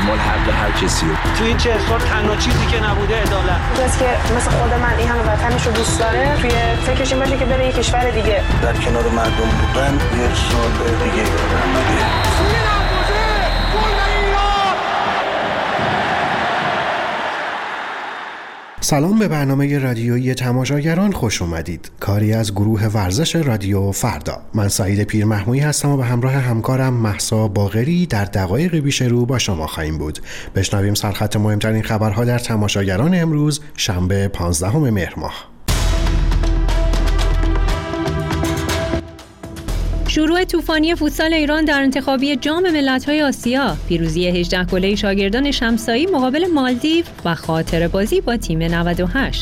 حق هر کسی. تو این 40 سال تنها چیزی که نبوده عدالت. کسی که مثل خود من این همه وطنش رو دوست داره توی فکرش این باشه که بره یک کشور دیگه در کنار مردم بودن یک سال دیگه رو سلام به برنامه رادیویی تماشاگران خوش اومدید. کاری از گروه ورزش رادیو فردا. من سعید پیرمحمودی هستم و به همراه همکارم مهسا باقری در دقایق پیش رو با شما خواهیم بود. بشنویم سرخط مهمترین خبرها در تماشاگران امروز شنبه 15 مهر ماه. شروع طوفانی فوتسال ایران در انتخابی جام ملت‌های آسیا، پیروزی 18 گله شاگردان شمسایی مقابل مالدیو و خاطره بازی با تیم 98.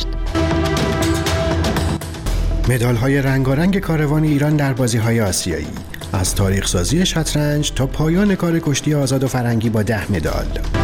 مدال‌های رنگارنگ کاروان ایران در بازی‌های آسیایی، از تاریخ سازی شطرنج تا پایان کار کشتی آزاد و فرنگی با 10 مدال.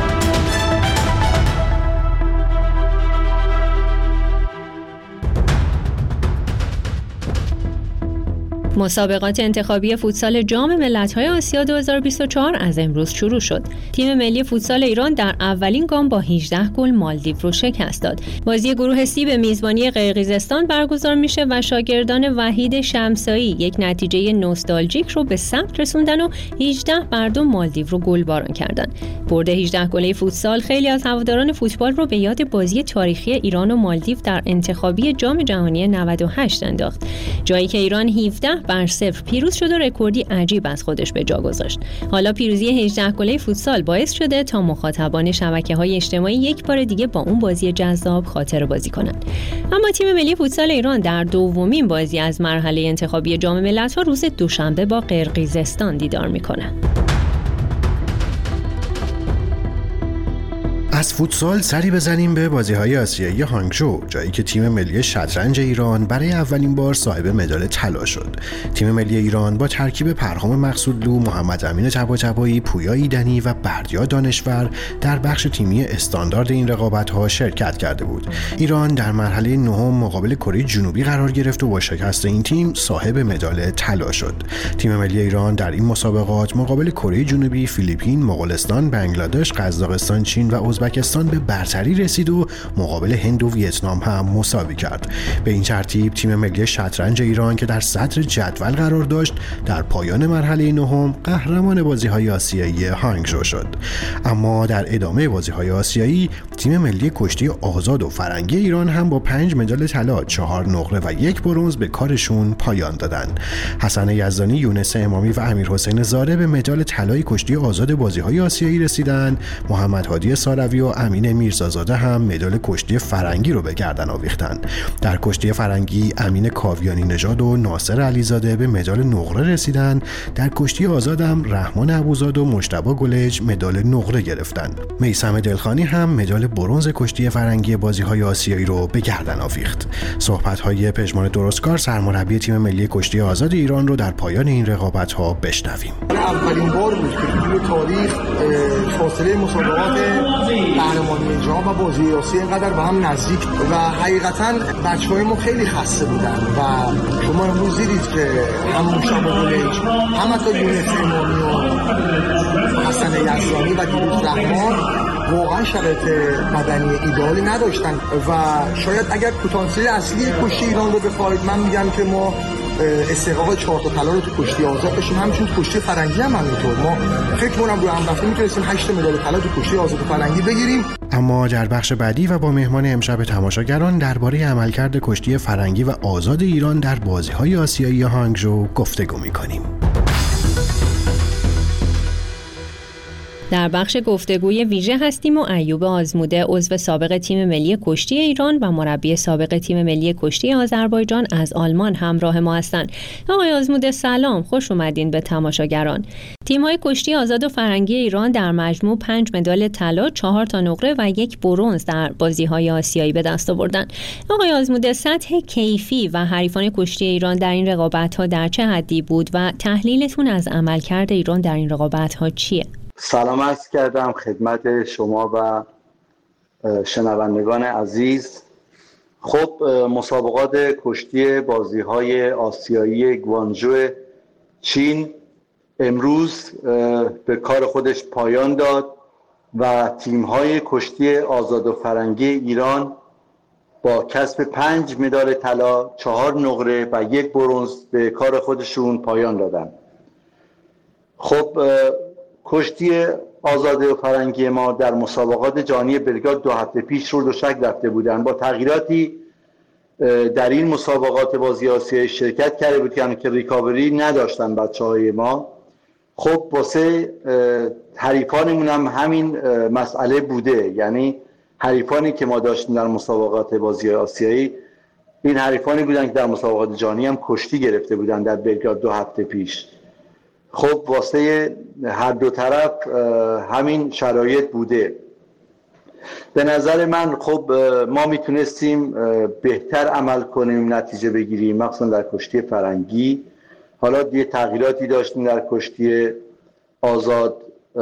مسابقات انتخابی فوتسال جام ملت‌های آسیا 2024 از امروز شروع شد. تیم ملی فوتسال ایران در اولین گام با 18 گل مالدیو رو شکست داد. بازی گروه سی به میزبانی قرقیزستان برگزار میشه و شاگردان وحید شمسایی یک نتیجه نوستالژیک رو به ثبت رسوندن و 18-2 مالدیو رو گلباران کردن. برد 18 گله فوتسال خیلی از هواداران فوتبال رو به یاد بازی تاریخی ایران و مالدیو در انتخابی جام جهانی 98 انداخت. جایی که ایران 17-0 پیروز شد و رکوردی عجیب از خودش به جا گذاشت. حالا پیروزی 18 گله فوتسال باعث شده تا مخاطبان شبکه‌های اجتماعی یک بار دیگه با اون بازی جذاب خاطره بازی کنند. اما تیم ملی فوتسال ایران در دومین بازی از مرحله انتخابی جام ملت‌ها روز دوشنبه با قرقیزستان دیدار می‌کنه. از فوتسال سری بزنیم به بازی‌های آسیایی هانگژو، جایی که تیم ملی شطرنج ایران برای اولین بار صاحب مدال طلا شد. تیم ملی ایران با ترکیب پرهام مقصودلو، محمد امین طباطبایی، پویا ایدنی و بردیا دانشور در بخش تیمی استاندارد این رقابت‌ها شرکت کرده بود. ایران در مرحله نهم مقابل کره جنوبی قرار گرفت و با شکست این تیم صاحب مدال طلا شد. تیم ملی ایران در این مسابقات مقابل کره جنوبی، فیلیپین، مغولستان، بنگلادش، قزاقستان، چین و ازبکستان به برتری رسید و مقابل هند و ویتنام هم مساوی کرد. به این ترتیب تیم ملی شطرنج ایران که در صدر جدول قرار داشت در پایان مرحله نهم قهرمان بازی‌های آسیایی هانگژو شد. اما در ادامه بازی‌های آسیایی تیم ملی کشتی آزاد و فرنگی ایران هم با 5 مدال طلا، 4 نقره و 1 برنز به کارشون پایان دادند. حسن یزدانی، یونس امامی و امیرحسین زاره به مدال طلای کشتی آزاد بازی‌های آسیایی رسیدند. محمد هادی ساروی و امین میرزازاده هم مدال کشتی فرنگی رو به گردن آویختند. در کشتی فرنگی امین کاویانی نژاد و ناصر علیزاده به مدال نقره رسیدند. در کشتی آزاد هم رحمان ابوزاده و مجتبی گلج مدال نقره گرفتند. میثم دلخانی هم مدال برنز کشتی فرنگی بازی‌های آسیایی رو به گردن آویخت. صحبت‌های پژمان درستکار سرمربی تیم ملی کشتی آزاد ایران رو در پایان این رقابت‌ها بشنویم. اولین بار بود که توی تاریخ فاصله مسابقات قهرمانی جام و بازی آسیا اینقدر به هم نزدیک و حقیقتاً بچه‌های ما خیلی خسته بودن و شما امروز دیدید که همون شب گلج هم حتی یونس امامی و حسن یزدانی و دیروز رحمان واقعا شرایط بدنی ایدئالی نداشتن و شاید اگر پتانسیل اصلی کشتی ایران رو بخواید من میگم که ما استحقاق 4 تا طلا رو تو کشتی آزاد داشتیم، همچنین تو کشتی فرنگی هم همینطور. ما فکر کنم روی هم رفته میتونستیم 8 مدال طلا تو کشتی آزاد و فرنگی بگیریم. اما در بخش بعدی و با مهمان امشب تماشاگران درباره عملکرد کشتی فرنگی و آزاد ایران در بازی‌های آسیایی هانگژو گفتگو می‌کنیم. در بخش گفتگوی ویژه هستیم و ایوب آزموده عضو سابق تیم ملی کشتی ایران و مربی سابق تیم ملی کشتی آذربایجان از آلمان همراه ما هستند. آقای آزموده سلام، خوش اومدین به تماشاگران. تیم‌های کشتی آزاد و فرنگی ایران در مجموع 5 مدال طلا، 4 تا نقره و 1 برنز در بازی‌های آسیایی به دست آوردن. آقای آزموده، سطح کیفی و حریفان کشتی ایران در این رقابت‌ها در چه حدی بود و تحلیلتون از عملکرد ایران در این رقابت‌ها چیه؟ سلام عرض کردم خدمت شما و شنوندگان عزیز. خب مسابقات کشتی بازی‌های آسیایی گوانژو چین امروز به کار خودش پایان داد و تیم‌های کشتی آزاد و فرنگی ایران با کسب 5 مدال طلا، 4 نقره و 1 برنز به کار خودشون پایان دادن. خب کشتی آزاد و فرنگی ما در مسابقات جهانی بلگراد 2 هفته پیش رو شکل رفته بودن. با تغییراتی در این مسابقات بازی آسیایی شرکت کرده بود که ریکاوری نداشتن بچه‌های ما. خب واسه حریفانمون هم همین مسئله بوده، یعنی حریفانی که ما داشتیم در مسابقات بازی آسیایی این حریفانی بودن که در مسابقات جهانی هم کشتی گرفته بودن در بلگراد 2 هفته پیش. خب واسه هر دو طرف همین شرایط بوده. به نظر من خب ما میتونستیم بهتر عمل کنیم، نتیجه بگیریم، مخصوصا در کشتی فرنگی. حالا یه تغییراتی داشتیم در کشتی آزاد،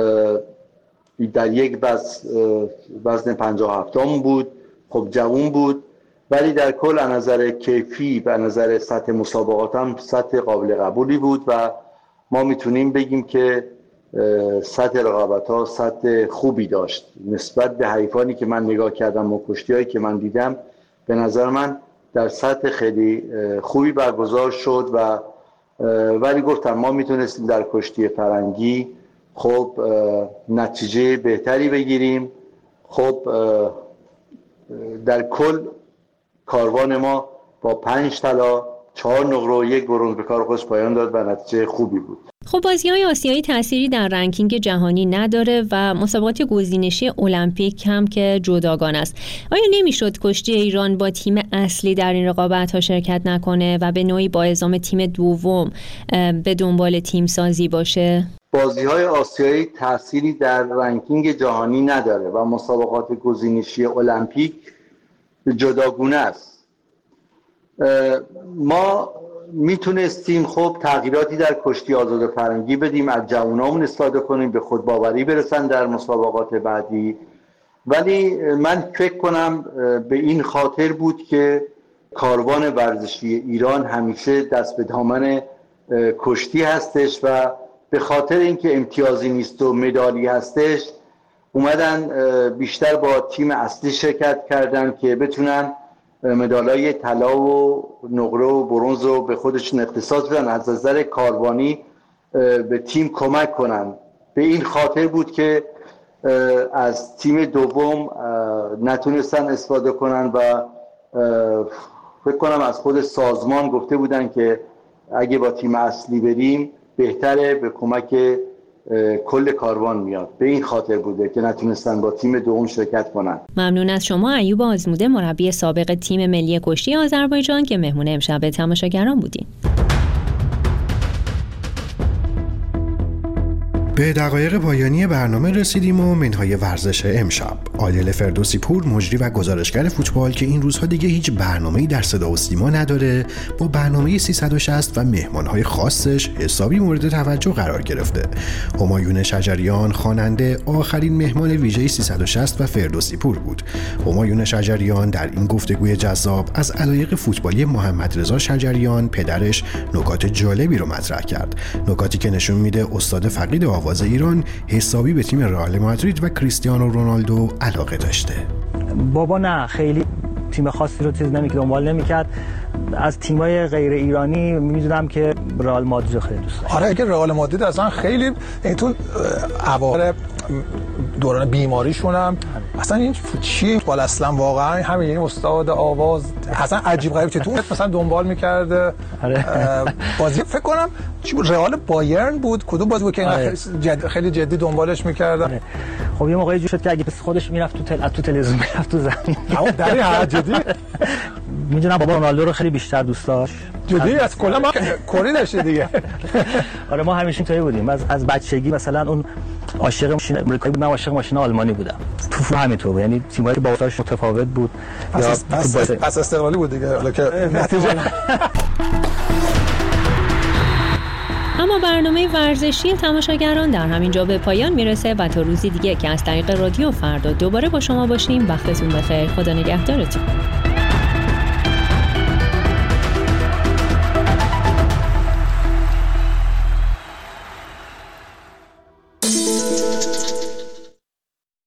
در یک وزن 57 بود، خب جوان بود، ولی در کل از نظر کیفی و از نظر سطح مسابقات هم سطح قابل قبولی بود و ما میتونیم بگیم که سطح رقابت‌ها سطح خوبی داشت نسبت به حریفانی که من نگاه کردم و کشتی‌هایی که من دیدم. به نظر من در سطح خیلی خوبی برگزار شد و ولی گفتم ما میتونستیم در کشتی فرنگی خب نتیجه بهتری بگیریم. خب در کل کاروان ما با 5 طلا، 4 نقره و 1 برنز به کار خودش پایان داد و نتیجه خوبی بود. خب بازی‌های آسیایی تأثیری در رنکینگ جهانی نداره و مسابقات گزینشی المپیک هم که جداگانه است. آیا نمیشد کشتی ایران با تیم اصلی در این رقابت‌ها شرکت نکنه و به نوعی با اعزام تیم دوم به دنبال تیم سازی باشه؟ بازی‌های آسیایی تأثیری در رنکینگ جهانی نداره و مسابقات گزینشی المپیک جداگانه است. ما میتونستیم خب تغییراتی در کشتی آزاد فرنگی بدیم، از جوانامون استفاده کنیم، به خودباوری برسن در مسابقات بعدی، ولی من فکر کنم به این خاطر بود که کاروان ورزشی ایران همیشه دست به دامن کشتی هستش و به خاطر اینکه امتیازی نیست و مدالی هستش اومدن بیشتر با تیم اصلی شرکت کردن که بتونن مدالای طلا و نقره و برنز رو به خودشون اختصاص بدن، از نظر کاروانی به تیم کمک کنن. به این خاطر بود که از تیم دوم نتونستن استفاده کنن و فکر کنم از خود سازمان گفته بودن که اگه با تیم اصلی بریم بهتره، به کمک کل کاروان میاد. به این خاطر بوده که نتونستن با تیم دوم شرکت کنن. ممنون از شما ایوب آزموده، مربی سابق تیم ملی کشتی آذربایجان که مهمون امشب تماشاگران بودین. به دقایق پایانی برنامه رسیدیم و منهای ورزش امشب. عادل فردوسی پور، مجری و گزارشگر فوتبال که این روزها دیگه هیچ برنامه‌ای در صدا و سیما نداره، با برنامه 360 و مهمانهای خاصش حسابی مورد توجه قرار گرفته. همایون شجریان خواننده آخرین مهمان ویژه 360 و فردوسی پور بود. همایون شجریان در این گفتگوی جذاب از علایق فوتبالی محمد رضا شجریان پدرش نکات جالبی رو مطرح کرد. نکاتی که نشون میده استاد فقید آواز ایران حسابی به تیم رئال مادرید و کریستیانو رونالدو علاقه داشته. بابا نه خیلی تیم خاصی رو دنبال نمی‌کرد. از تیم‌های غیر ایرانی می‌دونم که رئال مادرید خیلی دوست داشت. آره که رئال مادرید اصلا خیلی تو اواخر دوران بیماریشون هم اصلا این چی فوتبال اصلا واقعا همین یعنی استاد آواز اصلا عجیب غریب چطور مثلا دنبال می‌کرده. بازی فکر کنم چی بود، رئال بایرن بود، کدوم بازی بود که خیلی جدی دنبالش می‌کردن. خب یه موقعی شد که اگه خودش میرفت تو تلویزیون میرفت تو زمین. اما در این جدی میدونم بابا رونالدو رو خیلی بیشتر دوست داشت. جدی از کلا ما کری داشته دیگه. آره ما همیشه اینطوری بودیم. از بچگی مثلا اون عاشق ماشین امریکایی بود، من عاشق ماشین آلمانی بودم. تو همینطور بود، یعنی تیمایی که باوتاش متفاوت بود. پس استقلالی بود دیگه، حالا که نتیجه. اما برنامه ورزشی تماشاگران در همین جا به پایان میرسه و تا روزی دیگه که از طریق رادیو فردا دوباره با شما باشیم. وقتتون بخیر، خدا نگهدارتون.